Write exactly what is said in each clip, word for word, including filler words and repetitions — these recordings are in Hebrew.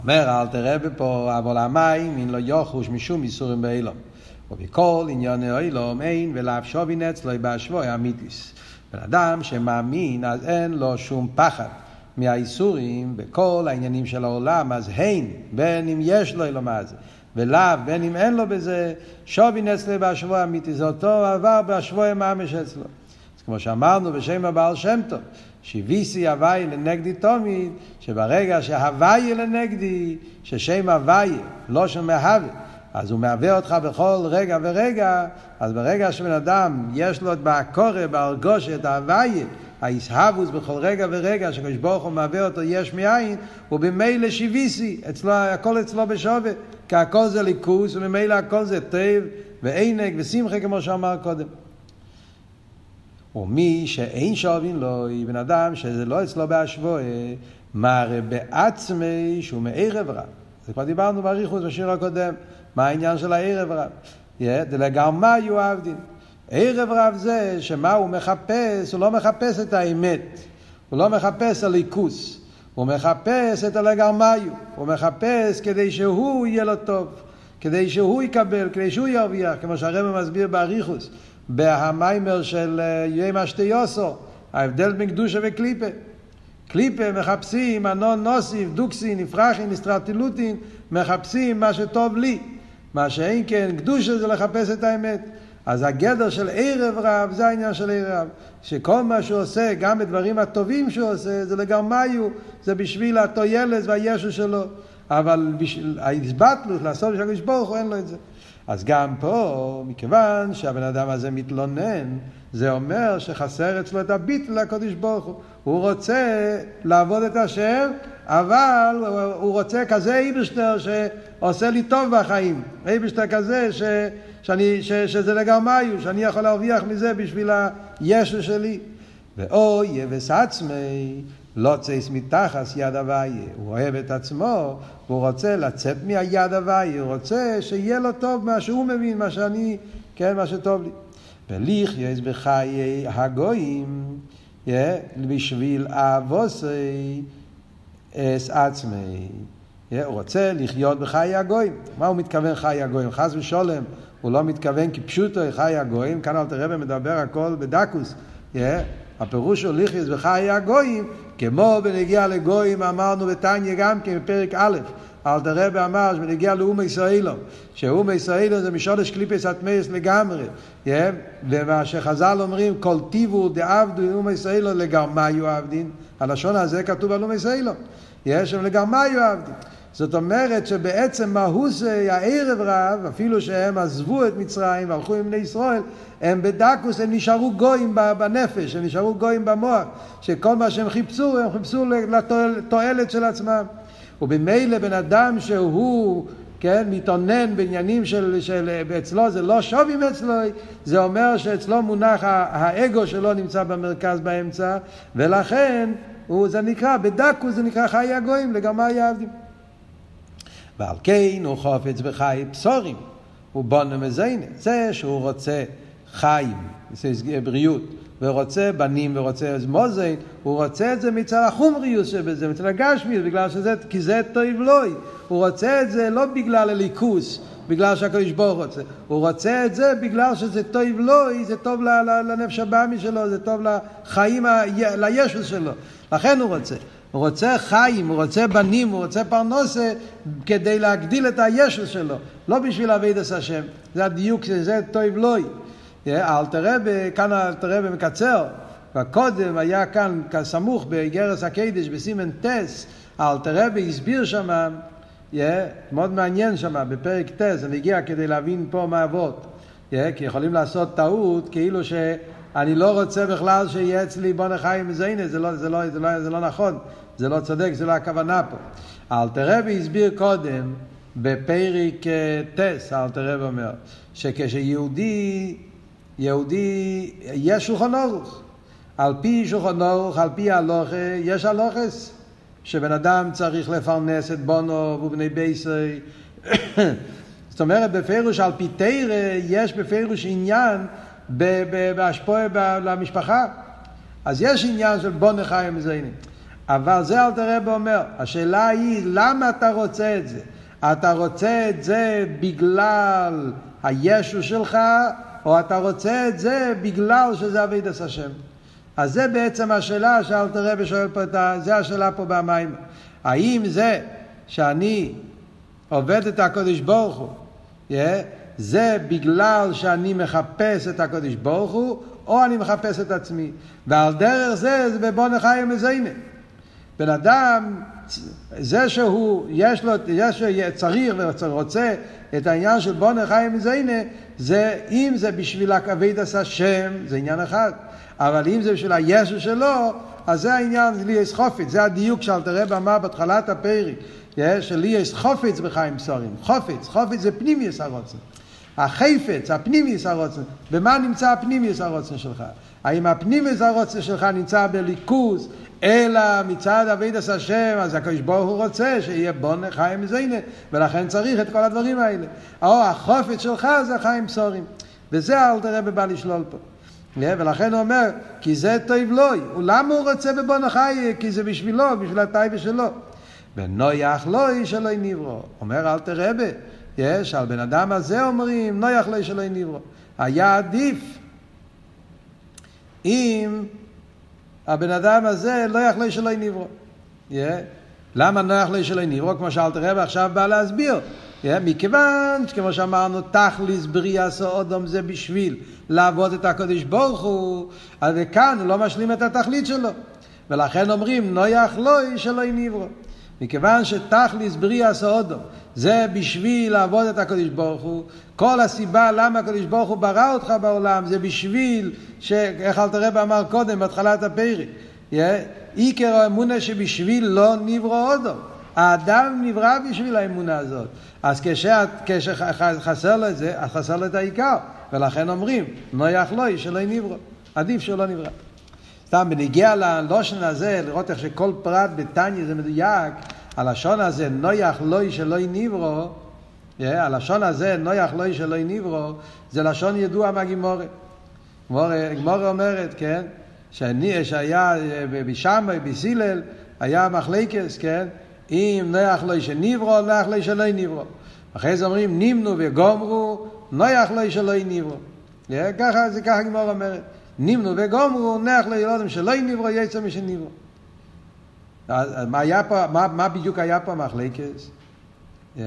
אומר, אל תראה בפה, אבל המים, אין לו יוחוש משום איסורים באילום. ובכל ענייני אילום אין, ולאו שובין אצלו בהשווי אמיתיס. בן אדם שמאמין, אז אין לו שום פחד מהאיסורים בכל העניינים של העולם, אז אין, בין אם יש לו אילום הזה, ולאו, בין אם אין לו בזה, שובין אצלו בהשווי אמיתיס. זה אותו עבר בהשווי ממש אצלו. אז כמו שאמרנו בשם הבעל שם טוב, שוויסי הוואי לנגדי תמיד, שברגע שהוואי לנגדי, ששם הוואי לא שמהווה, אז הוא מהווה אותך בכל רגע ורגע, אז ברגע שבן אדם יש לו את בהקורא, בהרגושת, ההוואי, ההסהבוס בכל רגע ורגע, שקדוש ברוך הוא מהווה אותו יש מאין, ובמילא שוויסי, אצלו, הכל אצלו בשווה, כי הכל זה ליכוס, ובמילא הכל זה טוב, ועינג ושמחה כמו שאמר קודם. ומי שאין שווין לו, בן אדם שזה לא אצלו בהשווי, מראה בעצמי שהוא מערב רב. זה כבר דיברנו בריחוס בשיר הקודם, מה העניין של הערב רב. דלגרמה יהיו עבדין. ערב רב זה שמה הוא מחפש, הוא לא מחפש את האמת, הוא לא מחפש הליכוס, הוא מחפש את הלגרמיו, הוא מחפש כדי שהוא יהיה לו טוב, כדי שהוא יקבל, כדי שהוא ירוויח, כמו שהרב מסביר בריחוס, בהמיימר של יום השתיוסו, ההבדל בין קדושה וקליפה. קליפה מחפשים אנון נוסיף, דוקסין, נפרחין, נסטרטילותין, מחפשים מה שטוב לי. מה שאין כן, קדושה זה לחפש את האמת. אז הגדר של ערב רב, זה העניין של ערב רב. שכל מה שהוא עושה, גם בדברים הטובים שהוא עושה, זה לגרמיו, זה בשביל התוילס והישו שלו. אבל בשביל ההסבטלות, לעשות בשביל הקדוש ברוך הוא, אין לו את זה. אז גם פה, מכיוון שהבן אדם הזה מתלונן, זה אומר שחסר אצלו את הביטל לקדוש ברוך הוא. הוא רוצה לעבוד את השם, אבל הוא רוצה כזה איבשטר שעושה לי טוב בחיים. איבשטר כזה ש, שאני, ש, שזה לגרמיו, שאני יכול להרוויח מזה בשביל הישו שלי. ואוי יבס עצמי, לא צייס מתחס יד הוויה. הוא אוהב את עצמו, והוא רוצה לצאת מהיד הוויה, הוא רוצה שיהיה לו טוב מה שהוא מבין, מה שאני, כן, מה שטוב לי. וליחייס בחיי הגויים, yeah, בשביל אהבוסי אס עצמי. Yeah, הוא רוצה לחיות בחיי הגויים. מה הוא מתכוון חיי הגויים? חס ושולם, הוא לא מתכוון כפשוטו חיי הגויים, כאן אל תראה מדבר הכל בדקוס. Yeah, הפירוש הוא ליחייס בחיי הגויים, כמו בנגיע לגויים אמרנו בתניא גם כן בפרק א', אל תראה אמר שבנגיע לאום ישראלו, שאום ישראלו זה משודש קליפס אטמייס לגמרי, ומה שחז"ל אומרים כל טיבו דעבדו אום ישראלו לגרמיו עבדין, הלשון הזה כתוב על אום ישראלו, יש שם לגרמיו עבדין. זאת אומרת שבעצם מהו זה הערב רב, אפילו שהם עזבו את מצרים והלכו עם בני ישראל, הם בדקוס, הם נשארו גויים בנפש, הם נשארו גויים במוח, שכל מה שהם חיפשו, הם חיפשו לתועלת של עצמם. ובמילא בן אדם שהוא, כן, מתעונן בעניינים של, של, אצלו זה לא שובים אצלו, זה אומר שאצלו מונח האגו שלו נמצא במרכז באמצע, ולכן הוא, זה נקרא, בדקוס זה נקרא חיי הגויים, לגמרי יעבדים. ועל כן הוא חופץ בחי פסורים, הוא בונה מזיינה, זה שהוא רוצה חיים, זה בריאות, ורוצה בנים ורוצה מוזיין, הוא רוצה את זה מצד החומריוס שבזה, מצד הגשמיות, בגלל שזה, כי זה טוב לוי, הוא רוצה את זה לא בגלל הליכוס, בגלל שהקדוש ברוך הוא רוצה, הוא רוצה את זה בגלל שזה טוב לוי, זה טוב לנפש הבאמי שלו, זה טוב לחיים, לישוס שלו, לכן הוא רוצה. הוא רוצה חיים, הוא רוצה בנים, הוא רוצה פרנסה כדי להגדיל את הישוס שלו, לא בשביל עבודת השם. זה הדיוק שזה טוב לוי. אל תראה, כאן אל תראה במקצר, וקודם היה כאן סמוך באיגרס הקדש בסימן טס, אל תראה והסביר שם, מאוד מעניין שם בפרק טס, אני הגיע כדי להבין פה מה עבוד, כי יכולים לעשות טעות כאילו שאני לא רוצה בכלל שיהיה אצלי בונה חיים מזיינה, זה לא, זה לא, זה לא, זה לא נכון, זה לא צודק, זה לא הכוונה פה. אל תראה והסביר קודם בפרק טס, אל תראה ואומר, שכשיהודי יהודי יש שולחן ערוך, על פי שולחן ערוך, על פי הלוכה, יש הלוכס, שבן אדם צריך לפרנס את בונו ובני ביסי. זאת אומרת, בפירוש על פי תירה, יש בפירוש עניין בהשפוע למשפחה. אז יש עניין של בונה חיים מזיינים. אבל זה אל תראה ואומר, השאלה היא למה אתה רוצה את זה? אתה רוצה את זה בגלל הישו שלך, או אתה רוצה את זה בגלל שזה עבודת השם? אז זה בעצם השאלה שאל תראה ושואל פה, זה השאלה פה במים. האם זה שאני עובד את הקדוש ברוך הוא, yeah, זה בגלל שאני מחפש את הקדוש ברוך הוא, או אני מחפש את עצמי? ועל דרך זה, זה בבון החיים מזיינה. בן אדם, זה שהוא, יש לו, יש צריך ורוצה את העניין של בון החיים מזיינה, זה, אם זה בשביל עבודת השם, זה עניין אחד. אבל אם זה בשביל הישו שלו, אז זה העניין, לי יש חופץ. זה הדיוק שאל תראה במה בתחילת הפרק, שלי יש חופץ בחיים בשרים. חופץ, חופץ זה פנימיוס הרוצן. החפץ, הפנימיוס הרוצן. במה נמצא הפנימיוס הרוצן שלך? האם הפנימיוס הרוצן שלך נמצא בליכוז, אלא מצד עבודת השם, אז הקדוש ברוך הוא רוצה שיהיה בון חיים מזיינה, ולכן צריך את כל הדברים האלה. או החופץ שלך זה חיים בשרים. וזה אל תראה בבא לשלול פה. ולכן הוא אומר, כי זה טוב לוי. ולמה הוא רוצה בבון החי? כי זה בשבילו, בשביל הטייבה שלו. ונויח לוי שלא נברא. אומר אל תראה בה. יש, על בן אדם הזה אומרים, נויח לוי שלא נברא. היה עדיף אם הבן אדם הזה לא יחלה שלא נברא. Yeah. למה לא יחלה שלא נברא? כמו שאל תראה ועכשיו בא להסביר. Yeah. מכיוון שכמו שאמרנו, תכליס בריאת האדם זה בשביל לעבוד את הקדוש ברוך הוא, אז כאן הוא לא משלים את התכלית שלו. ולכן אומרים, לא יחלה שלא נברא. מכיוון שתכליס בריאת האדם זה בשביל לעבוד את הקדוש ברוך הוא, כל הסיבה למה הקדוש ברוך הוא ברא אותך בעולם זה בשביל, איך אל תראה באמר קודם בהתחלת הפרק, עיקר האמונה שבשביל לא נברא אדם. האדם נברא בשביל האמונה הזאת. אז כשחסר לו את זה, אז חסר לו את העיקר. ולכן אומרים, נויח לוי שלא נברא. עדיף שלא נברא. סתם בנגיע ללושן הזה, לראות איך שכל פרט בתניא זה מדויק, הלשון הזה, נויח לוי שלא נברא, הלשון הזה, נויח לוי שלא נברא, זה לשון ידוע מהגימורה. גימורה אומרת, כן, שהיה בשמאי, בסילל, היה מחלקס, כן, אם נויח לוי שנברא, נויח לוי שלא נברא. אחרי זה אומרים, נמנו וגומרו, נויח לוי שלא נברא. ככה, זה ככה גימורה אומרת. נמנו וגומרו, נויח לוי לא שלא נברא, יצא משנברא. מה היה פה, מה, מה בדיוק היה פה מחלקס? Yeah.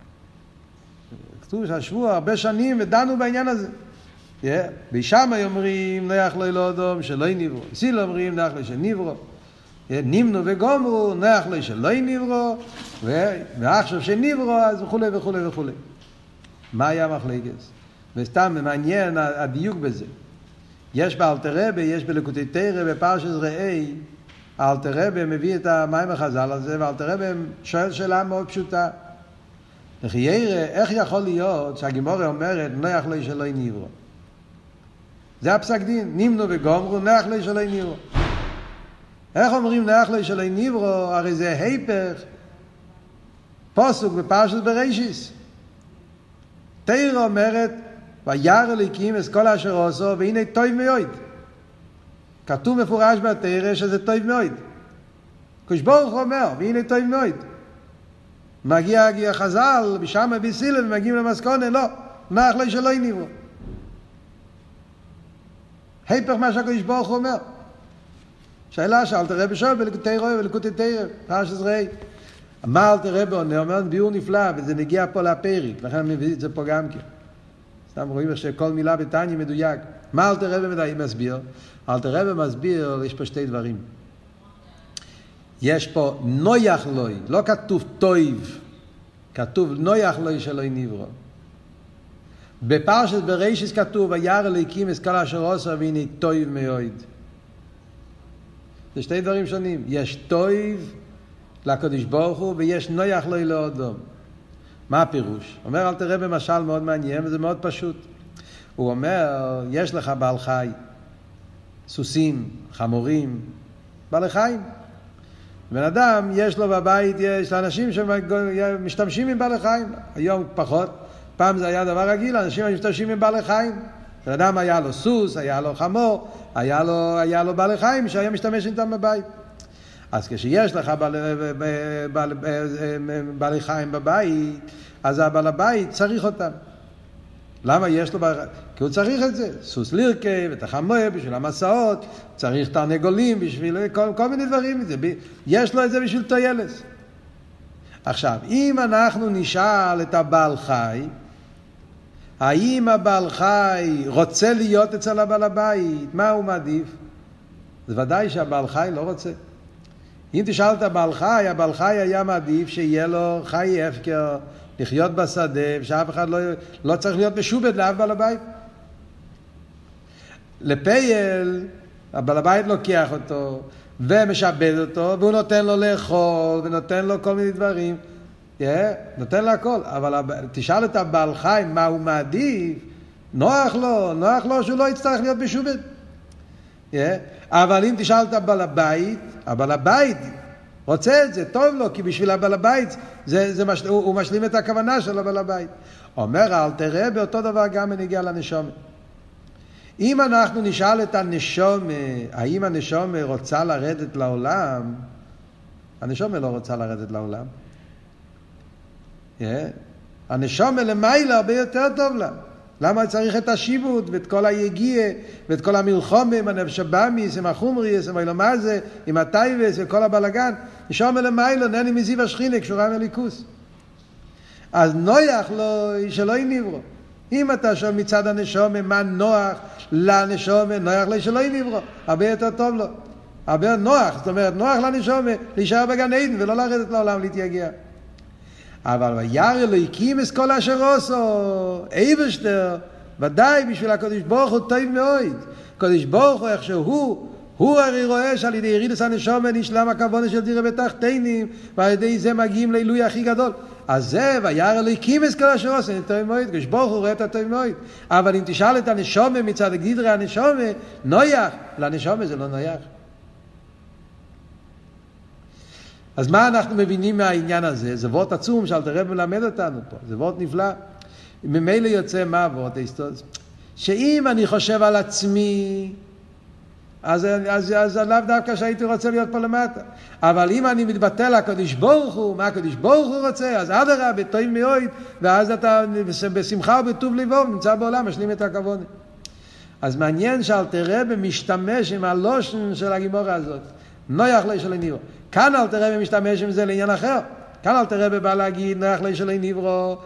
כתוב שהשבוע הרבה שנים ודנו בעניין הזה. Yeah. בשמאי אומרים נויח לוי לא אדם שלא נברא. בסילל אומרים נויח לוי שנברא. Yeah. נמנו וגומרו, נויח לוי שלא נברא, ועכשיו שנברא, אז וכולי וכולי וכולי. מה היה מחלקס? וסתם מעניין הדיוק בזה. יש באלתר רבי, יש בליקוטי תורה, בפרשת ראה, אלתר רבי מביא את המים החז"ל הזה, ואלתר רבי שואל שאלה מאוד פשוטה. איך יראה, איך יכול להיות שהגימורה אומרת נויח לוי שלא נברא? זה הפסק דין, נמנו וגומרו, נויח לוי שלא נברא. איך אומרים נויח לוי שלא נברא? הרי זה היפך פסוק בפרשת בראשיס. תורה אומרת, וירא אלוקים את כל אשר עשו, והנה טוב מאוד. כתוב מפורש בתורה שזה טוב מאוד. הקדוש ברוך הוא אומר, והנה טוב מאוד. מגיע הגיע חז"ל, בשמאי בסילל, ומגיעים למסקנה, לא, נויח לוי שלא נברא. היפך מה שהקדוש ברוך הוא אומר. שאלה שאלתר רבי שואל בליקוטי תורה ובליקוטי תורה, פרשת ראה. מה אלתר רבי עונה? אומר ביאור נפלא, וזה נגיע פה לפרק, לכן אני מביא את זה פה גם כן. סתם רואים איך שכל מילה בתניא מדויק. מה אלתר רבי מסביר? אלתר רבי מסביר, יש פה שתי דברים. יש פה נויח לוי, לא כתוב טוב, כתוב נויח לוי שלא נברא. בפרשת בראשיס כתוב, וירא אלוקים את כל אשר עשו, והנה טוב מאוד. זה שתי דברים שונים. יש טוב לקדוש ברוך הוא, ויש נויח לוי לאדם. מה הפירוש? אומר אלתר רבי משל מאוד מעניין, וזה מאוד פשוט. הוא אומר, יש לך בעל חי, סוסים, חמורים, בעלי חיים. בן אדם, יש לו בבית, יש לאנשים שמשתמשים עם בעלי חיים. היום פחות, פעם זה היה דבר רגיל, אנשים משתמשים עם בעלי חיים. בן אדם היה לו סוס, היה לו חמור, היה לו, היה לו בעלי חיים שהיה משתמש איתם בבית. אז כשיש לך בעלי חיים בבית, אז הבעל הבית צריך אותם. למה יש לו? כי הוא צריך את זה. סוס לירקה ותחמוה בשביל המסעות, צריך תרנגולים בשביל כל, כל מיני דברים. יש לו את זה בשביל תוילס. עכשיו, אם אנחנו נשאל את הבעל חי, האם הבעל חי רוצה להיות אצל הבעל הבית? מה הוא מעדיף? זה ודאי שהבעל חי לא רוצה. אם תשאל את הבעל חי, הבעל חי היה מעדיף שיהיה לו חי הפקר, לחיות בשדה, ושאף אחד לא, לא צריך להיות משובד לאף בעל הבית. לפייל, הבעל הבית לוקח אותו, ומשבד אותו, והוא נותן לו לאכול, ונותן לו כל מיני דברים. Yeah, נותן לו הכל. אבל תשאל את הבעל חי מה הוא מעדיף, נוח לו, נוח לו שהוא לא יצטרך להיות משובד. Yeah. אבל אם תשאל את הבעל הבית, הבעל הבית רוצה את זה, טוב לו, כי בשביל הבעל הבית זה, זה מש, הוא, הוא משלים את הכוונה של הבעל הבית. אומר, אל תראה באותו דבר גם בנגיע לנשום. אם אנחנו נשאל את הנשום, האם הנשום רוצה לרדת לעולם, הנשום לא רוצה לרדת לעולם. Yeah. הנשום למעלה הרבה יותר טוב לה. למה צריך את השיבות ואת כל היגיע ואת כל המלחומה עם הנפש הבאמיס, עם החומריס, עם הילומזה, עם הטייבס וכל הבלגן? נשום למעלה, נהני מזיו השכינה, קשורה מליכוס. אז נוח לו שלא יניברו. אם אתה שואל מצד הנשום מה נוח לנשום, נוח לו שלא יניברו. הרבה יותר טוב לו. הרבה נוח, זאת אומרת, נוח לנשום להישאר בגן עדן ולא לרדת לעולם להתייגע. אבל וירא אלוהים את כל אשר עשו, אייבשטר, ודאי בשביל הקדוש ברוך הוא טוב מאוד. הקדוש ברוך הוא איך שהוא, הוא הרי רואה שעל ידי ירידת הנשמה נשלם הכוונה של דירה בתחתינים, ועל ידי זה מגיעים לעילוי הכי גדול. אז זה, וירא אלוהים את כל אשר עשו, טוב מאוד, הקדוש ברוך הוא רואה את הטוב מאוד. אבל אם תשאל את הנשמה מצד גדרי הנשמה, נויח, לנשמה זה לא נויח. אז מה אנחנו מבינים מהעניין הזה? זה וורט עצום שאלתר רבי מלמד אותנו פה. זה וורט נפלא. ממילא יוצא מה וורט? שאם אני חושב על עצמי, אז, אז, אז לאו דווקא שהייתי רוצה להיות פה למטה. אבל אם אני מתבטל לקדוש ברוך הוא, מה הקדוש ברוך הוא רוצה? אז אדרבה, טוב מאוד, ואז אתה בשמחה ובטוב לבוב נמצא בעולם, משלים את הכוונה. אז מעניין שאלתר רבי משתמש עם הלושן של הגימורה הזאת. נויח לי של ניברו. כאן אל תראה ומשתמש עם זה לעניין אחר. כאן אל תראה ובא להגיד נויח לי של ניברו.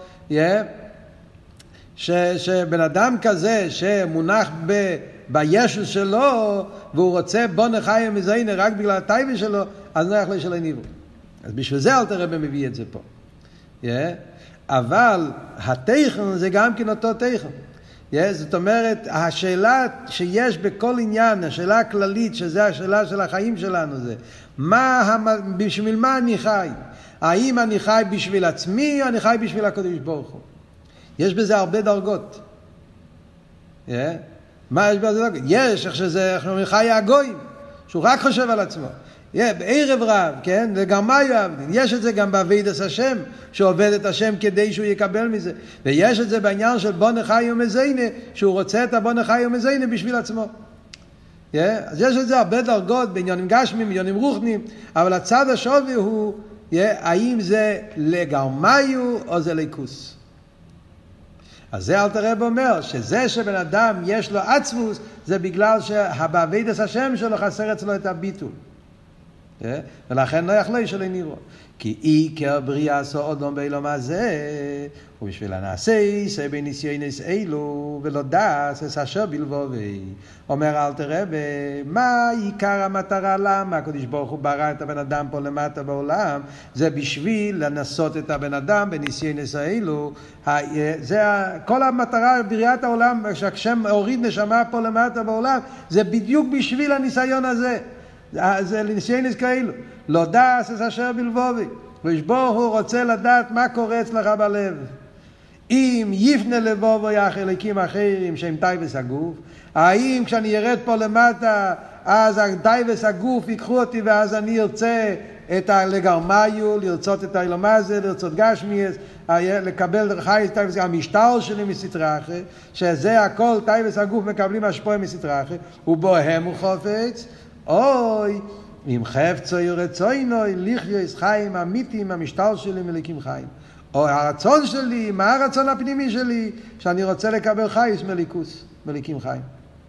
שבן אדם כזה שמונח ב, בישו שלו והוא רוצה בוא נחיים מזיינה רק בגלל הטייבה שלו, אז נויח לי של ניברו. אז בשביל זה אל תראה ומביא את זה פה. אבל התכן זה גם כן אותו תכן. Yes, זאת אומרת, השאלה שיש בכל עניין, השאלה הכללית, שזה השאלה של החיים שלנו, זה מה, בשביל מה אני חי? האם אני חי בשביל עצמי, או אני חי בשביל הקדוש ברוך הוא? יש בזה הרבה דרגות. Yeah. מה יש בזה דרגות? יש, איך שזה, איך שהוא חי הגויים, שהוא רק חושב על עצמו. Yeah, בערב רב, כן? לגמרי יעבדין. יש את זה גם בעבודת השם, שעובד את השם כדי שהוא יקבל מזה. ויש את זה בעניין של בוא נחי ומזיינה, שהוא רוצה את הבוא נחי ומזיינה בשביל עצמו. Yeah? אז יש את זה הרבה דרגות, בעניינים גשמים, בעניינים רוחניים, אבל הצד השווי הוא, yeah, האם זה לגמרי או זה ליכוס. אז זה אלתר רבי אומר, שזה שבן אדם יש לו עצמוס, זה בגלל שבעבודת השם שלו חסר אצלו את הביטול. Yeah? ולכן לא יכלה שלא נברא. כי עיקר בריאה עשו אודום באילום הזה, ובשביל הנעשי, סבי ניסיונס אילו, ולא דס, אס אשר בלבובי. אומר אלתר רבי, מה עיקר המטרה? למה הקדוש ברוך הוא ברא את הבן אדם פה למטה בעולם? זה בשביל לנסות את הבן אדם בניסיונס האילו. זה כל המטרה בריאת העולם, שהשם הוריד נשמה פה למטה בעולם, זה בדיוק בשביל הניסיון הזה. זה לניסיונס כאלו. לא דס את אשר בלבובי. ושבור הוא רוצה לדעת מה קורה אצלך בלב. אם יפנה לבובו יח אליקים אחרים שהם טייבס הגוף, האם כשאני ירד פה למטה אז הטייבס הגוף ייקחו אותי ואז אני ארצה את הלגרמיו, לרצות את האילומזה, לרצות גשמיאס, לקבל חייס טייבס, המשטר שלי מסתרה אחרי, שזה הכל טייבס הגוף מקבלים השפוע מסתרה אחרי, ובוהם הוא חופץ, אוי, אם חפצו רצוינו, לחיות חיים אמיתיים, המשטר שלי מליקים חיים. או הרצון שלי, מה הרצון הפנימי שלי? שאני רוצה לקבל חייס מליקוס, מליקים חיים.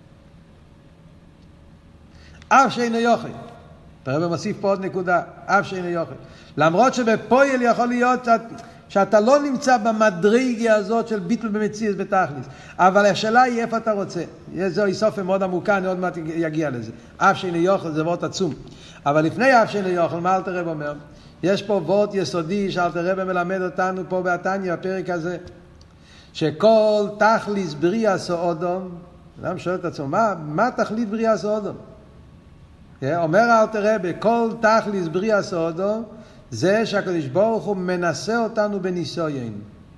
אף שאינו יוכל. הרב מוסיף פה עוד נקודה, אף שאינו יוכל. למרות שבפועל יכול להיות שאתה לא נמצא במדרגה הזאת של ביטל במציאות בתכלס. אבל השאלה היא איפה אתה רוצה. זו איסופה מאוד עמוקה, אני עוד מעט יגיע לזה. אף שאינו יוכל זה וורט עצום. אבל לפני אף שאינו יוכל, מה אלתר רב אומר? יש פה וורט יסודי שאלתר רב מלמד אותנו פה בתניא, הפרק הזה, שכל תכליס בריאה אודום, אדם שואל את עצמו, מה, מה תכלית בריאה אודום? אומר אלתר רב, כל תכליס בריאה אודום, זה שהקדוש ברוך הוא מנסה אותנו בניסיון.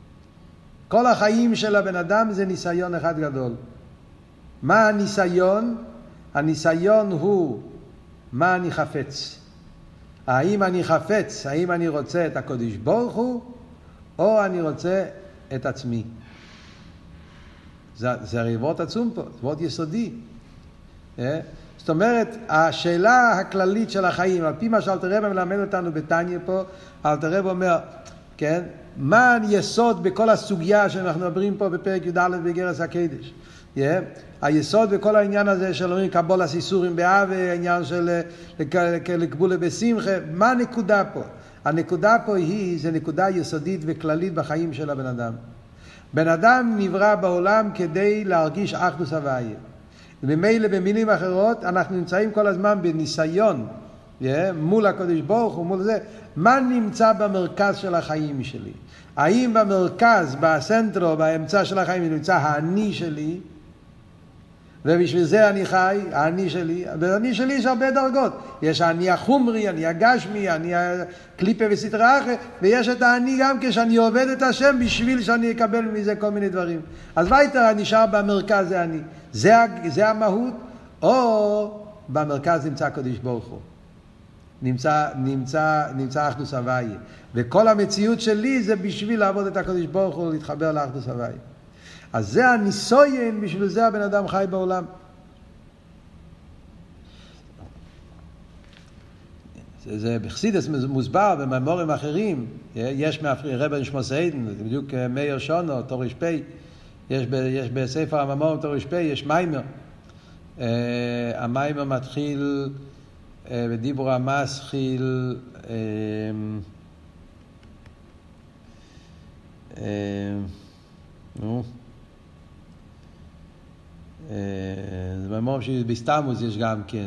כל החיים של הבן אדם זה ניסיון אחד גדול. מה הניסיון? הניסיון הוא מה אני חפץ. האם אני חפץ, האם אני רוצה את הקדוש ברוך הוא, או אני רוצה את עצמי. זה, זה הרי וורט עצום פה, זה וורט יסודי. זאת אומרת, השאלה הכללית של החיים, על פי מה שאלתר רב מלמד אותנו בתניא פה, אלתר רב אומר, כן, מה היסוד בכל הסוגיה שאנחנו מדברים פה בפרק י"א בגרס הקדש? Yeah. היסוד בכל העניין הזה של אומרים קבול הסיסורים באהבה, העניין של לקבולה בשמחה, מה הנקודה פה? הנקודה פה היא, זה נקודה יסודית וכללית בחיים של הבן אדם. בן אדם נברא בעולם כדי להרגיש אחדות הוויה. וממילא במילים אחרות אנחנו נמצאים כל הזמן בניסיון yeah, מול הקדוש ברוך הוא, מול זה, מה נמצא במרכז של החיים שלי? האם במרכז, בסנטרו, באמצע של החיים נמצא האני שלי, ובשביל זה אני חי, האני שלי, והאני שלי יש הרבה דרגות. יש האני החומרי, האני הגשמי, האני הקליפה וסתרה אחרת, ויש את האני גם כשאני עובד את השם בשביל שאני אקבל מזה כל מיני דברים. אז ויתר נשאר במרכז זה אני. זה, זה המהות, או במרכז נמצא הקדוש ברוך הוא. נמצא, נמצא, נמצא אחדות הוויה. וכל המציאות שלי זה בשביל לעבוד את הקדוש ברוך הוא, להתחבר לאחדות הוויה. אז זה הניסויין, בשביל זה הבן אדם חי בעולם. זה, זה בחסידות מוסבר במאמרים אחרים, יש רבי נשמוס סיידן, זה בדיוק מאיר שונו, תור ר"פ, יש, ב, יש בספר המאמרים תור ר"פ, יש מיימר. Uh, המיימר מתחיל uh, בדיבור המסחיל, uh, uh, נו, זה מאמר שבסתמוס יש גם כן.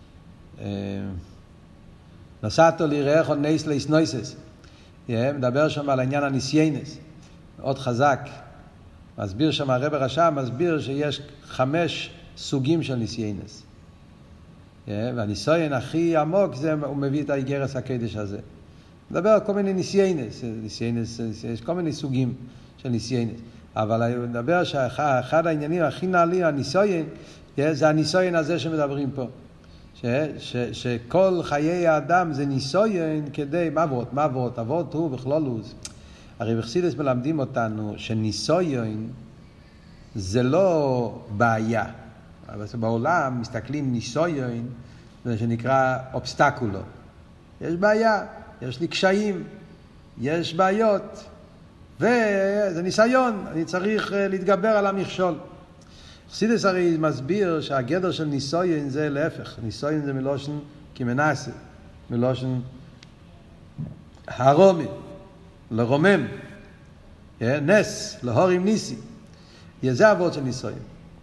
נסעתו ליראך נס ליסנויסס. מדבר שם על העניין הניסיינס. מאוד חזק. מסביר שם הרב רש"ם, מסביר שיש חמש סוגים של ניסיינס. והניסיון הכי עמוק זה הוא מביא את האיגרס הקדש הזה. מדבר על כל מיני ניסיינס. ניסיינס, יש כל מיני סוגים של ניסיינס. אבל אני מדבר שאחד העניינים הכי נעלים, הניסויין, זה הניסויין הזה שמדברים פה. ש, ש, שכל חיי האדם זה ניסויין כדי, מה עבוד? מה עבוד? עבוד הוא בכלולוס. הרי בחסידות מלמדים אותנו שניסויין זה לא בעיה. אבל בעולם מסתכלים ניסויין, זה שנקרא אובסטקולו. יש בעיה, יש לי קשיים, יש בעיות. וזה ניסיון, אני צריך להתגבר על המכשול. חסידות הרי מסביר שהגדר של ניסויין זה להפך. ניסויין זה מלושן כמנסה, מלושן הרומי, לרומם, נס, להורים ניסי. זה העבוד של ניסויין.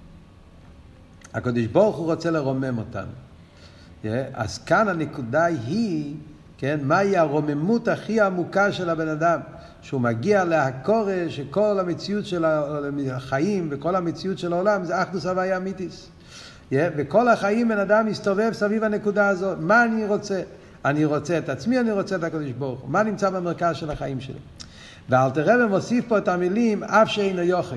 הקדוש ברוך הוא רוצה לרומם אותנו. אז כאן הנקודה היא, כן, מהי הרוממות הכי עמוקה של הבן אדם? שהוא מגיע להקורא שכל המציאות של החיים וכל המציאות של העולם זה אחדות הוויה אמיתיס. וכל החיים בן אדם מסתובב סביב הנקודה הזאת. מה אני רוצה? אני רוצה את עצמי, אני רוצה את הקדוש ברוך הוא. מה נמצא במרכז של החיים שלי? ואלתר רבי מוסיף פה את המילים אף שאינו יוכל.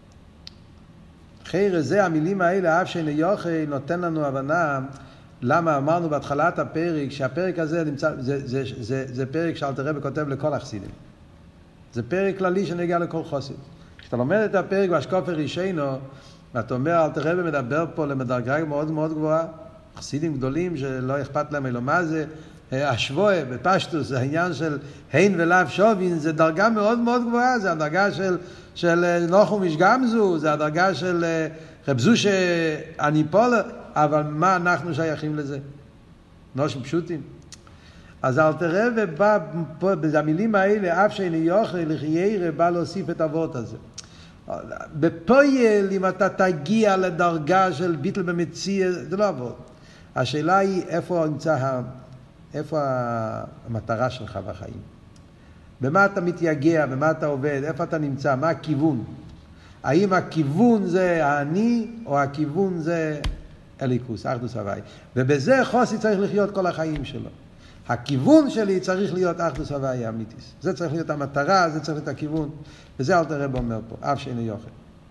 אחרי זה המילים האלה, אף שאינו יוכל, נותן לנו הבנה למה אמרנו בהתחלת הפרק שהפרק הזה נמצא, זה, זה, זה, זה פרק שאלתר רבי כותב לכל החסידים. זה פרק כללי שנגיע לכל חסיד. כשאתה לומד את הפרק בהשקפה ראשינו, ואתה אומר, אלתר רבי מדבר פה למדרגה מאוד מאוד גבוהה, חסידים גדולים שלא אכפת להם אלא מה זה, השבועה בפשטוס, העניין של הין ולאו שובין, זה דרגה מאוד מאוד גבוהה, זה הדרגה של, של נוחום איש גמזו, זה הדרגה של רב זושה הניפולר, אבל מה אנחנו שייכים לזה? נושם פשוטים. אז אל תראה ובא פה, במילים האלה, אף שאיני יוכל לחיירה, בא להוסיף את אבות הזה. בפועל, אם אתה תגיע לדרגה של ביטל במציא, זה לא אבות. השאלה היא איפה נמצא, איפה המטרה שלך בחיים. במה אתה מתייגע, במה אתה עובד, איפה אתה נמצא, מה הכיוון. האם הכיוון זה האני, או הכיוון זה אליקוס, אחדוס הוואי. ובזה חוסי צריך לחיות כל החיים שלו. הכיוון שלי צריך להיות אחדוס הוואי האמיתיס. זה צריך להיות המטרה, זה צריך להיות הכיוון. וזה אל תראה בו אומר פה, אף שאינו יוכל.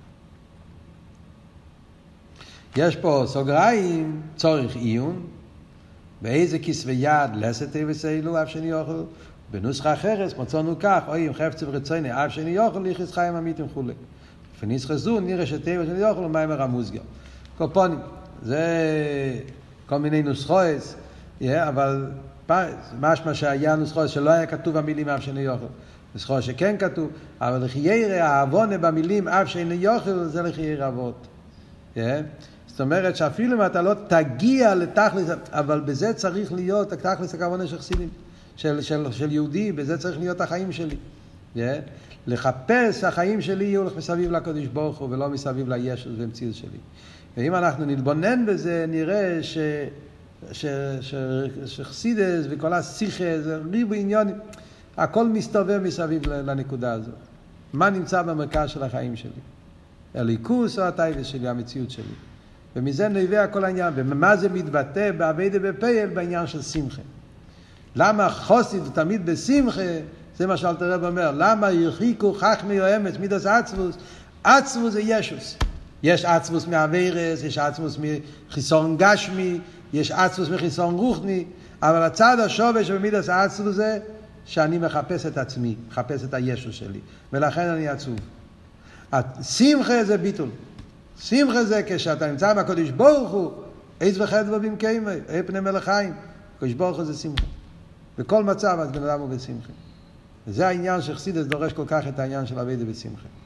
יש פה סוגריים, צורך עיון, באיזה כסבי יד לסתי וסילו, אף שאינו יוכל. בנוסחה אחרת, מצאנו כך, אוי, אם חפצי ורצוני, אף שאינו יוכל, ליחס חיים אמיתים חולה. פניס חזון, נראה שתי ושאינו יוכל, ומה אמר המוזגר. קופונים, זה כל מיני נוסחוס, אבל משמע שהיה נוסחוס שלא היה כתוב המילים אף שאינו יוכל. נוסחוס שכן כתוב, אבל לחיירה, העוונה במילים אף שאינו יוכל, זה לחיירה אבות. זאת אומרת שאפילו אם אתה לא תגיע לתכלס, אבל בזה צריך להיות התכלס הכוונה של חסידים, של, של, של יהודי, בזה צריך להיות החיים שלי. Yeah. לחפש החיים שלי יהיו לך מסביב לקדוש ברוך הוא ולא מסביב לישו ומציאות שלי. ואם אנחנו נתבונן בזה נראה ש, ש, ש, שחסידס וכל השיחה זה ריבו עניונים, הכל מסתובב מסביב לנקודה הזאת. מה נמצא במרכז של החיים שלי? הליכוס או הטייבס שלי, המציאות שלי. ומזה נובע כל העניין. ומה זה מתבטא בעבודה בפייל בעניין של שמחה. למה חסיד תמיד בשמחה, זה מה שאלתר רב אומר, למה ירחיקו חכמי או אמץ מידס עצבוס? עצבוס זה ישוס. יש עצבוס מהווירס, יש עצבוס מחיסון גשמי, יש עצבוס מחיסון רוחני, אבל הצד השובש במידס עצבוס זה שאני מחפש את עצמי, מחפש את הישוס שלי, ולכן אני עצוב. שמחה זה ביטול. שמחה זה כשאתה נמצא מהקדוש ברוך הוא, עץ וחדווה במקיימה, אי פני מלך חיים. הקדוש ברוך הוא זה שמחה. בכל מצב אז בן אדם הוא בשמחה. וזה העניין שחסידס דורש כל כך את העניין של עבודה בשמחה.